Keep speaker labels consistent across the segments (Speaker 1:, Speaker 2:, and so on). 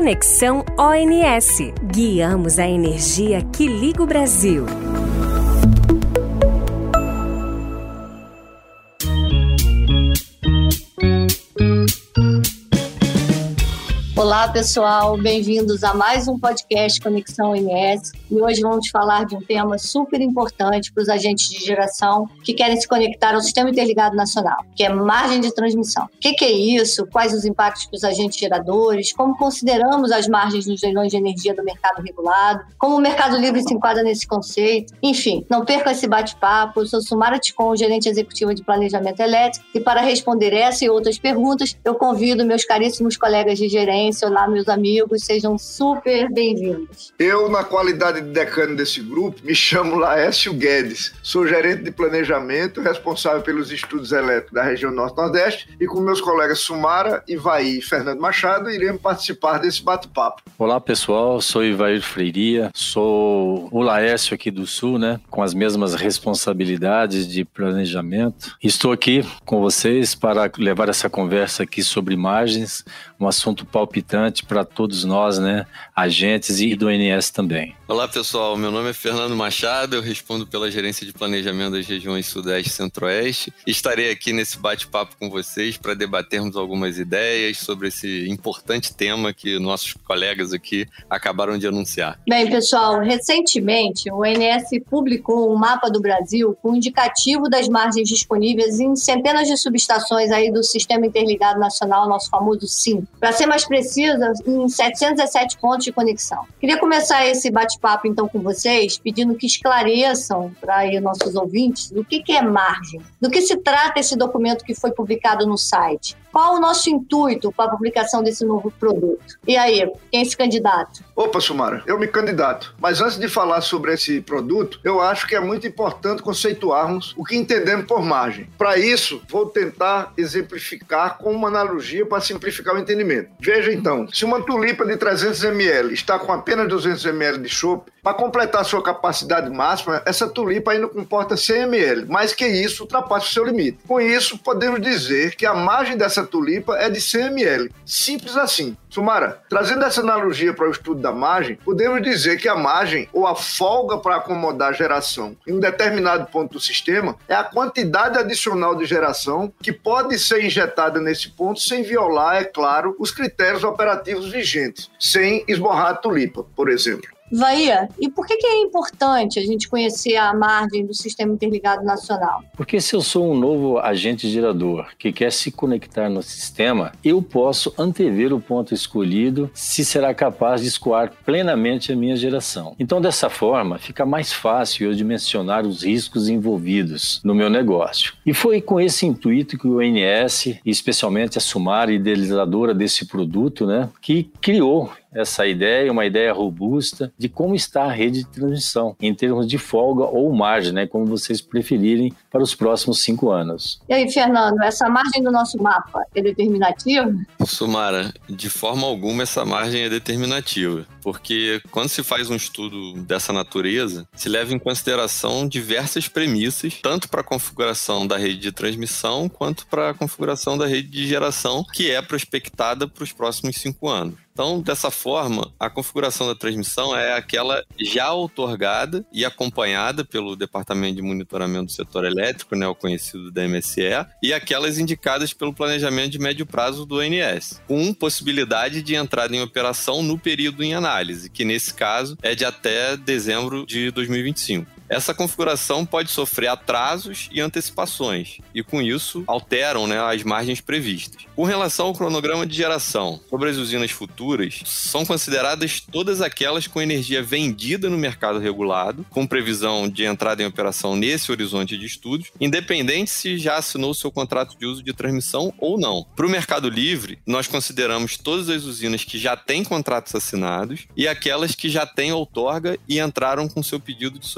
Speaker 1: Conexão ONS. Guiamos a energia que liga o Brasil.
Speaker 2: Olá, pessoal, bem-vindos a mais um podcast Conexão ONS. E hoje vamos falar de um tema super importante para os agentes de geração que querem se conectar ao Sistema Interligado Nacional, que é margem de transmissão. O que é isso? Quais os impactos para os agentes geradores? Como consideramos as margens nos leilões de energia do mercado regulado? Como o Mercado Livre se enquadra nesse conceito? Enfim, não percam esse bate-papo. Eu sou Sumara Ticon, gerente executiva de Planejamento Elétrico, e para responder essa e outras perguntas, eu convido meus caríssimos colegas de gerência. Olá, meus amigos, sejam super bem-vindos.
Speaker 3: Eu, na qualidade de decano desse grupo, me chamo Laércio Guedes. Sou gerente de planejamento, responsável pelos estudos elétricos da região Norte-Nordeste, e com meus colegas Sumara, Ivaí e Fernando Machado, iremos participar desse bate-papo.
Speaker 4: Olá, pessoal, sou Ivair Freiria, sou o Laércio aqui do Sul, com as mesmas responsabilidades de planejamento. Estou aqui com vocês para levar essa conversa aqui sobre margens, um assunto palpitante para todos nós, agentes e do ONS também.
Speaker 5: Olá, pessoal. Meu nome é Fernando Machado, eu respondo pela gerência de planejamento das regiões Sudeste e Centro-Oeste. Estarei aqui nesse bate-papo com vocês para debatermos algumas ideias sobre esse importante tema que nossos colegas aqui acabaram de anunciar.
Speaker 2: Bem, pessoal, recentemente o ONS publicou um mapa do Brasil com indicativo das margens disponíveis em centenas de subestações aí do Sistema Interligado Nacional, nosso famoso SIM. Para ser mais precisa, em 717 pontos de conexão. Queria começar esse bate-papo, então, com vocês, pedindo que esclareçam para nossos ouvintes o que é margem, do que se trata esse documento que foi publicado no site. Qual o nosso intuito para a publicação desse novo produto? E aí, quem se candidata?
Speaker 3: Opa, Sumara, eu me candidato. Mas antes de falar sobre esse produto, eu acho que é muito importante conceituarmos o que entendemos por margem. Para isso, vou tentar exemplificar com uma analogia para simplificar o entendimento. Veja então, se uma tulipa de 300 ml está com apenas 200 ml de chope, para completar sua capacidade máxima, essa tulipa ainda comporta 100 ml, mais que isso, ultrapassa o seu limite. Com isso, podemos dizer que a margem dessa tulipa é de 100 ml. Simples assim. Sumara, trazendo essa analogia para o estudo da margem, podemos dizer que a margem, ou a folga para acomodar a geração em um determinado ponto do sistema, é a quantidade adicional de geração que pode ser injetada nesse ponto sem violar, é claro, os critérios operativos vigentes, sem esborrar a tulipa, por exemplo.
Speaker 2: Vaia, e por que é importante a gente conhecer a margem do Sistema Interligado Nacional?
Speaker 4: Porque se eu sou um novo agente gerador que quer se conectar no sistema, eu posso antever o ponto escolhido se será capaz de escoar plenamente a minha geração. Então, dessa forma, fica mais fácil eu dimensionar os riscos envolvidos no meu negócio. E foi com esse intuito que o ONS, e especialmente a Sumara, idealizadora desse produto, que criou essa ideia, uma ideia robusta de como está a rede de transmissão, em termos de folga ou margem, como vocês preferirem, para os próximos 5 anos.
Speaker 2: E aí, Fernando, essa margem do nosso mapa é determinativa?
Speaker 5: Sumara, de forma alguma essa margem é determinativa, porque quando se faz um estudo dessa natureza, se leva em consideração diversas premissas, tanto para a configuração da rede de transmissão, quanto para a configuração da rede de geração, que é prospectada para os próximos 5 anos. Então, dessa forma, a configuração da transmissão é aquela já outorgada e acompanhada pelo Departamento de Monitoramento do Setor Elétrico, o conhecido da MSE, e aquelas indicadas pelo Planejamento de Médio Prazo do ONS, com possibilidade de entrada em operação no período em análise, que nesse caso é de até dezembro de 2025. Essa configuração pode sofrer atrasos e antecipações, e com isso alteram as margens previstas. Com relação ao cronograma de geração, sobre as usinas futuras, são consideradas todas aquelas com energia vendida no mercado regulado, com previsão de entrada em operação nesse horizonte de estudos, independente se já assinou seu contrato de uso de transmissão ou não. Para o Mercado Livre, nós consideramos todas as usinas que já têm contratos assinados e aquelas que já têm outorga e entraram com seu pedido de solicitação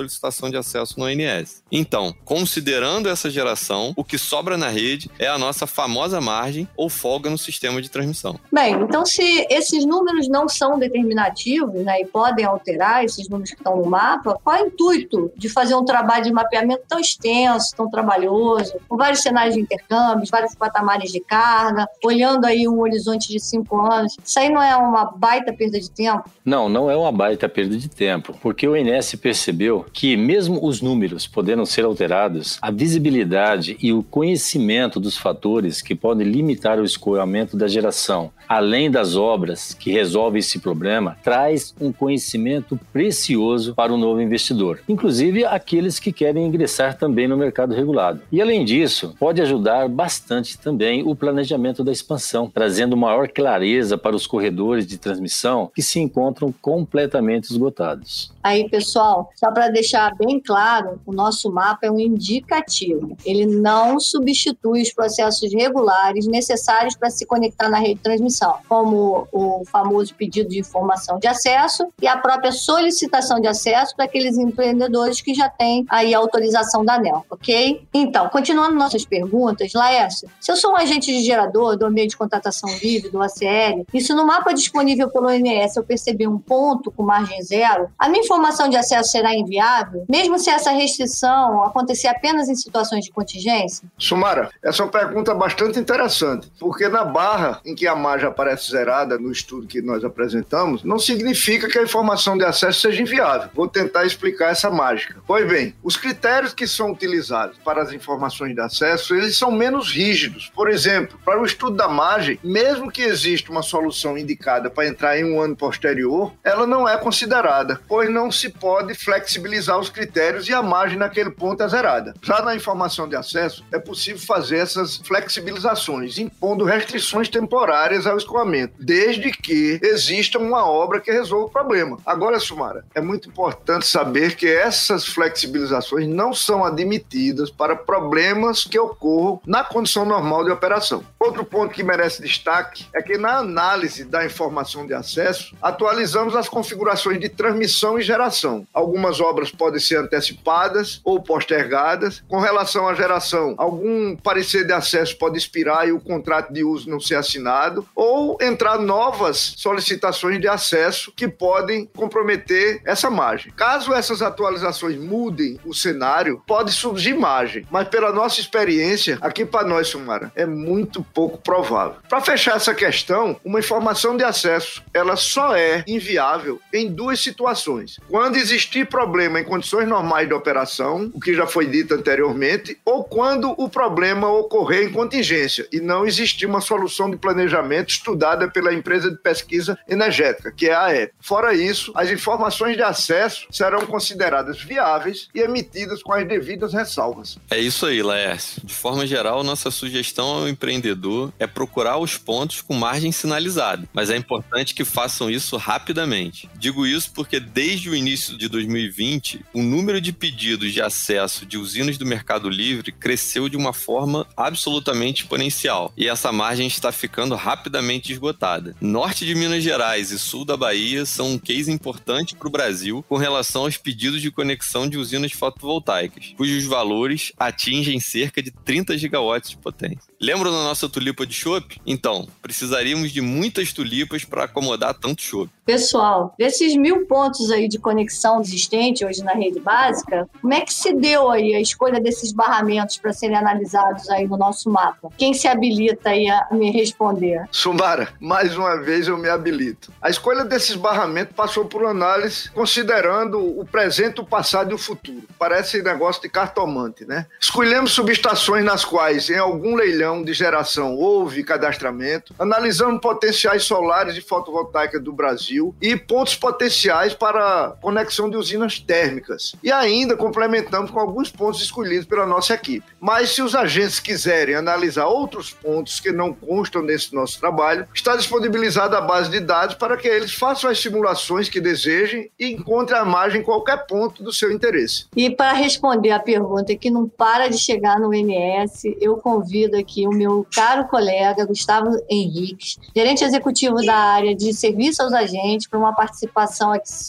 Speaker 5: configuração de acesso no ONS. Então, considerando essa geração, o que sobra na rede é a nossa famosa margem ou folga no sistema de transmissão.
Speaker 2: Bem, então se esses números não são determinativos, né, e podem alterar esses números que estão no mapa, qual é o intuito de fazer um trabalho de mapeamento tão extenso, tão trabalhoso, com vários cenários de intercâmbios, vários patamares de carga, olhando aí um horizonte de 5 anos? Isso aí não é uma baita perda de tempo?
Speaker 4: Não é uma baita perda de tempo, porque o ONS percebeu que mesmo os números podendo ser alterados, a visibilidade e o conhecimento dos fatores que podem limitar o escoamento da geração, além das obras que resolvem esse problema, traz um conhecimento precioso para o novo investidor, inclusive aqueles que querem ingressar também no mercado regulado. E além disso, pode ajudar bastante também o planejamento da expansão, trazendo maior clareza para os corredores de transmissão que se encontram completamente esgotados.
Speaker 2: Aí, pessoal, só para deixar bem claro, o nosso mapa é um indicativo. Ele não substitui os processos regulares necessários para se conectar na rede de transmissão, como o famoso pedido de informação de acesso e a própria solicitação de acesso para aqueles empreendedores que já têm aí a autorização da ANEEL, ok? Então, continuando nossas perguntas, Laércio, se eu sou um agente de gerador do ambiente de contratação livre, do ACL, e se no mapa disponível pelo ONS eu perceber um ponto com margem zero, a minha informação de acesso será inviável, mesmo se essa restrição acontecer apenas em situações de contingência?
Speaker 3: Sumara, essa é uma pergunta bastante interessante, porque na barra em que a margem aparece zerada no estudo que nós apresentamos, não significa que a informação de acesso seja inviável. Vou tentar explicar essa mágica. Pois bem, os critérios que são utilizados para as informações de acesso, eles são menos rígidos. Por exemplo, para o estudo da margem, mesmo que exista uma solução indicada para entrar em um ano posterior, ela não é considerada, pois não se pode flexibilizar os critérios e a margem naquele ponto é zerada. Já na informação de acesso, é possível fazer essas flexibilizações, impondo restrições temporárias ao escoamento, desde que exista uma obra que resolva o problema. Agora, Sumara, é muito importante saber que essas flexibilizações não são admitidas para problemas que ocorram na condição normal de operação. Outro ponto que merece destaque é que na análise da informação de acesso, atualizamos as configurações de transmissão e geração. Algumas obras podem ser antecipadas ou postergadas. Com relação à geração, algum parecer de acesso pode expirar e o contrato de uso não ser assinado, ou entrar novas solicitações de acesso que podem comprometer essa margem. Caso essas atualizações mudem o cenário, pode surgir margem, mas pela nossa experiência, aqui para nós, Sumara, é muito pouco provável. Para fechar essa questão, uma informação de acesso, ela só é inviável em duas situações. Quando existir problema em condições normais de operação, o que já foi dito anteriormente, ou quando o problema ocorrer em contingência e não existir uma solução de planejamento estudada pela empresa de pesquisa energética, que é a AEP. Fora isso, as informações de acesso serão consideradas viáveis e emitidas com as devidas ressalvas.
Speaker 5: É isso aí, Laércio. De forma geral, nossa sugestão ao empreendedor é procurar os pontos com margem sinalizada, mas é importante que façam isso rapidamente. Digo isso porque desde o início de 2020, o número de pedidos de acesso de usinas do Mercado Livre cresceu de uma forma absolutamente exponencial e essa margem está ficando rapidamente esgotada. Norte de Minas Gerais e sul da Bahia são um case importante para o Brasil com relação aos pedidos de conexão de usinas fotovoltaicas, cujos valores atingem cerca de 30 gigawatts de potência. Lembram da nossa tulipa de chope? Então, precisaríamos de muitas tulipas para acomodar tanto chope.
Speaker 2: Pessoal, desses 1000 pontos aí de conexão existente hoje na rede básica, como é que se deu aí a escolha desses barramentos para serem analisados aí no nosso mapa? Quem se habilita aí a me responder?
Speaker 3: Sumara, mais uma vez eu me habilito. A escolha desses barramentos passou por análise considerando o presente, o passado e o futuro. Parece negócio de cartomante, né? Escolhemos subestações nas quais, em algum leilão de geração, houve cadastramento, analisamos potenciais solares e fotovoltaicas do Brasil e pontos potenciais para conexão de usinas térmicas. E ainda complementamos com alguns pontos escolhidos pela nossa equipe. Mas se os agentes quiserem analisar outros pontos que não constam desse nosso trabalho, está disponibilizada a base de dados para que eles façam as simulações que desejem e encontrem a margem em qualquer ponto do seu interesse.
Speaker 2: E para responder a pergunta que não para de chegar no ONS, eu convido aqui o meu caro colega Gustavo Henriques, gerente executivo da área de serviço aos agentes, para uma participação aqui super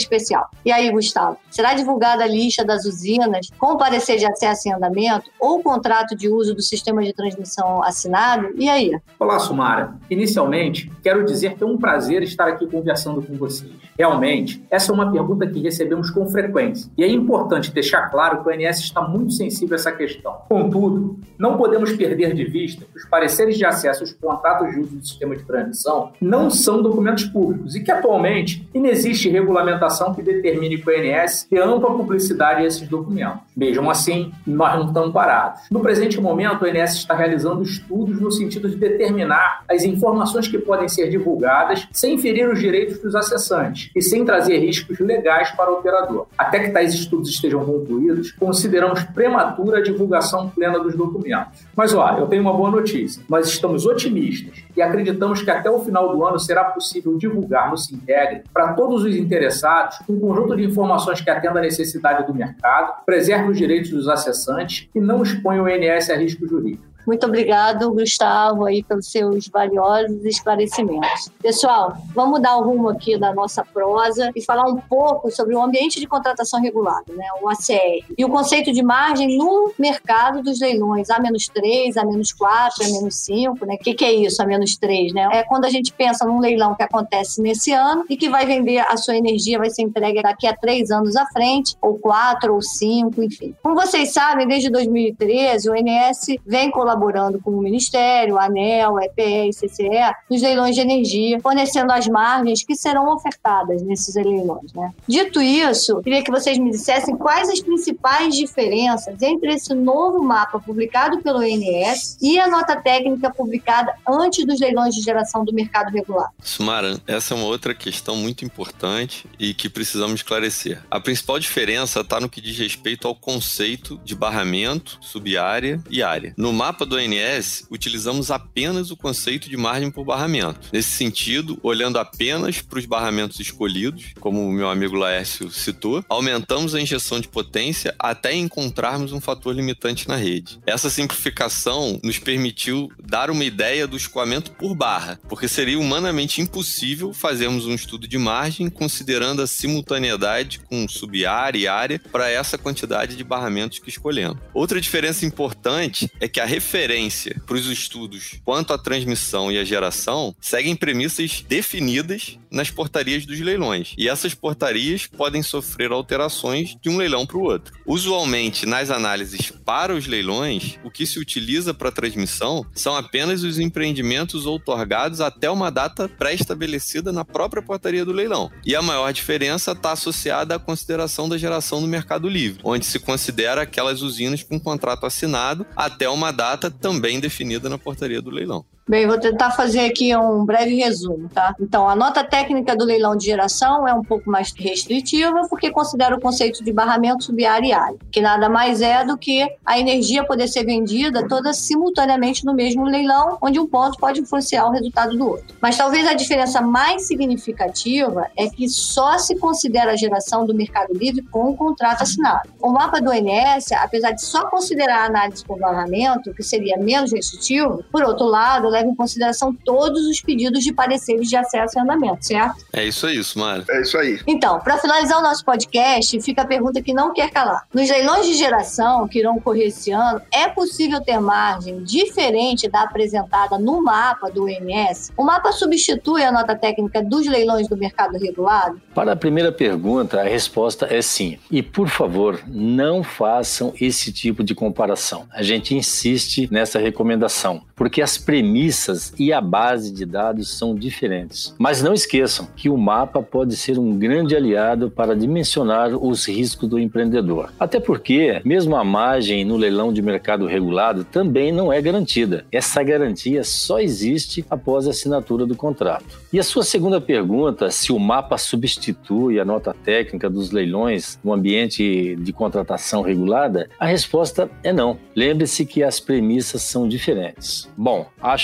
Speaker 2: especial. E aí, Gustavo, será divulgada a lista das usinas com parecer de acesso em andamento ou contrato de uso do sistema de transmissão assinado? E aí?
Speaker 6: Olá, Sumara. Inicialmente, quero dizer que é um prazer estar aqui conversando com vocês. Realmente, essa é uma pergunta que recebemos com frequência. E é importante deixar claro que o ONS está muito sensível a essa questão. Contudo, não podemos perder de vista que os pareceres de acesso aos contratos de uso do sistema de transmissão não são documentos públicos e que, atualmente, inexiste regulamentação que determine que o ONS dê ampla publicidade a esses documentos. Mesmo assim, nós não estamos parados. No presente momento, o ONS está realizando estudos no sentido de determinar as informações que podem ser divulgadas sem ferir os direitos dos acessantes e sem trazer riscos legais para o operador. Até que tais estudos estejam concluídos, consideramos prematura a divulgação plena dos documentos. Mas, eu tenho uma boa notícia. Nós estamos otimistas e acreditamos que até o final do ano será possível divulgar no Sintegre para todos os interessados um conjunto de informações que atenda à necessidade do mercado, preserve os direitos dos acessantes e não exponha o ONS a risco jurídico.
Speaker 2: Muito obrigado, Gustavo, aí, pelos seus valiosos esclarecimentos. Pessoal, vamos dar o rumo aqui da nossa prosa e falar um pouco sobre o ambiente de contratação regulada, né, o ACR, e o conceito de margem no mercado dos leilões A-3, A-4, A-5, né? O que é isso, A-3, né? É quando a gente pensa num leilão que acontece nesse ano e que vai vender a sua energia, vai ser entregue daqui a 3 anos à frente, ou 4, ou 5, enfim. Como vocês sabem, desde 2013, o ONS vem colaborando com o Ministério, a ANEEL, a EPE e CCE nos leilões de energia, fornecendo as margens que serão ofertadas nesses leilões, né? Dito isso, queria que vocês me dissessem quais as principais diferenças entre esse novo mapa publicado pelo ONS e a nota técnica publicada antes dos leilões de geração do mercado regulado.
Speaker 5: Sumara, essa é uma outra questão muito importante e que precisamos esclarecer. A principal diferença está no que diz respeito ao conceito de barramento, subárea e área. No mapa do ONS, utilizamos apenas o conceito de margem por barramento. Nesse sentido, olhando apenas para os barramentos escolhidos, como o meu amigo Laércio citou, aumentamos a injeção de potência até encontrarmos um fator limitante na rede. Essa simplificação nos permitiu dar uma ideia do escoamento por barra, porque seria humanamente impossível fazermos um estudo de margem considerando a simultaneidade com subárea e área para essa quantidade de barramentos que escolhemos. Outra diferença importante é que a referência para os estudos quanto à transmissão e à geração seguem premissas definidas nas portarias dos leilões, e essas portarias podem sofrer alterações de um leilão para o outro. Usualmente, nas análises para os leilões, o que se utiliza para a transmissão são apenas os empreendimentos outorgados até uma data pré-estabelecida na própria portaria do leilão. E a maior diferença está associada à consideração da geração no mercado livre, onde se considera aquelas usinas com contrato assinado até uma data também definida na portaria do leilão.
Speaker 2: Bem, vou tentar fazer aqui um breve resumo, tá? Então, a nota técnica do leilão de geração é um pouco mais restritiva porque considera o conceito de barramento, subárea e área, que nada mais é do que a energia poder ser vendida toda simultaneamente no mesmo leilão, onde um ponto pode influenciar o resultado do outro. Mas talvez a diferença mais significativa é que só se considera a geração do mercado livre com o contrato assinado. O mapa do ONS, apesar de só considerar a análise por barramento, que seria menos restritivo, por outro lado, leva em consideração todos os pedidos de pareceres de acesso em andamento, certo?
Speaker 5: É isso aí, Sumara.
Speaker 3: É isso aí.
Speaker 2: Então, para finalizar o nosso podcast, fica a pergunta que não quer calar. Nos leilões de geração que irão ocorrer esse ano, é possível ter margem diferente da apresentada no mapa do ONS? O mapa substitui a nota técnica dos leilões do mercado regulado?
Speaker 4: Para a primeira pergunta, a resposta é sim. E, por favor, não façam esse tipo de comparação. A gente insiste nessa recomendação, porque as premissas e a base de dados são diferentes. Mas não esqueçam que o mapa pode ser um grande aliado para dimensionar os riscos do empreendedor. Até porque, mesmo a margem no leilão de mercado regulado também não é garantida. Essa garantia só existe após a assinatura do contrato. E a sua segunda pergunta, se o mapa substitui a nota técnica dos leilões no ambiente de contratação regulada, a resposta é não. Lembre-se que as premissas são diferentes. Bom, acho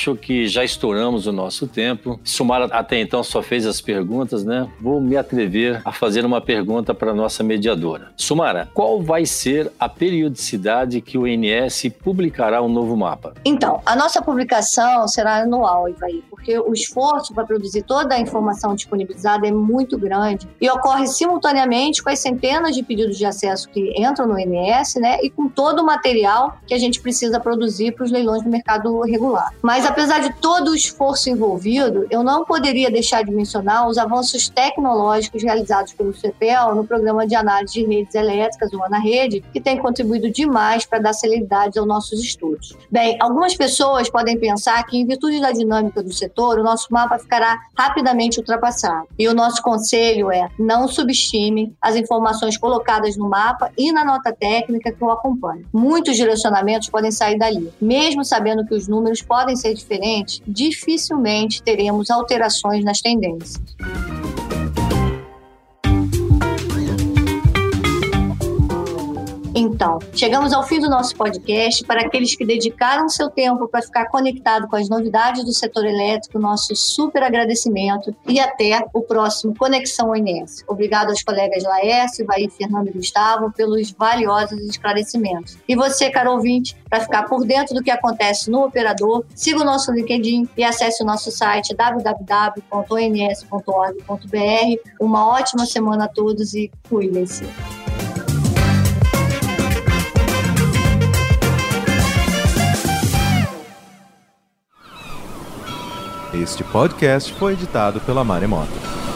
Speaker 4: acho que já estouramos o nosso tempo. Sumara até então só fez as perguntas, né? Vou me atrever a fazer uma pergunta para a nossa mediadora. Sumara, qual vai ser a periodicidade que o INS publicará o novo mapa?
Speaker 2: Então, a nossa publicação será anual, Ivaí, porque o esforço para produzir toda a informação disponibilizada é muito grande e ocorre simultaneamente com as centenas de pedidos de acesso que entram no INS, né, e com todo o material que a gente precisa produzir para os leilões do mercado regular. Mas, apesar de todo o esforço envolvido, eu não poderia deixar de mencionar os avanços tecnológicos realizados pelo CEPEL no Programa de Análise de Redes Elétricas, o ANA-Rede, que tem contribuído demais para dar celeridade aos nossos estudos. Bem, algumas pessoas podem pensar que, em virtude da dinâmica do setor, o nosso mapa ficará rapidamente ultrapassado. E o nosso conselho é: não subestime as informações colocadas no mapa e na nota técnica que o acompanha. Muitos direcionamentos podem sair dali. Mesmo sabendo que os números podem ser diferentes, dificilmente teremos alterações nas tendências. Então, chegamos ao fim do nosso podcast. Para aqueles que dedicaram seu tempo para ficar conectado com as novidades do setor elétrico, nosso super agradecimento e até o próximo Conexão ONS. Obrigado aos colegas Laércio, Ivaí, Fernando e Gustavo pelos valiosos esclarecimentos. E você, caro ouvinte, para ficar por dentro do que acontece no operador, siga o nosso LinkedIn e acesse o nosso site www.ons.org.br. Uma ótima semana a todos e cuidem-se.
Speaker 7: Este podcast foi editado pela Maremoto.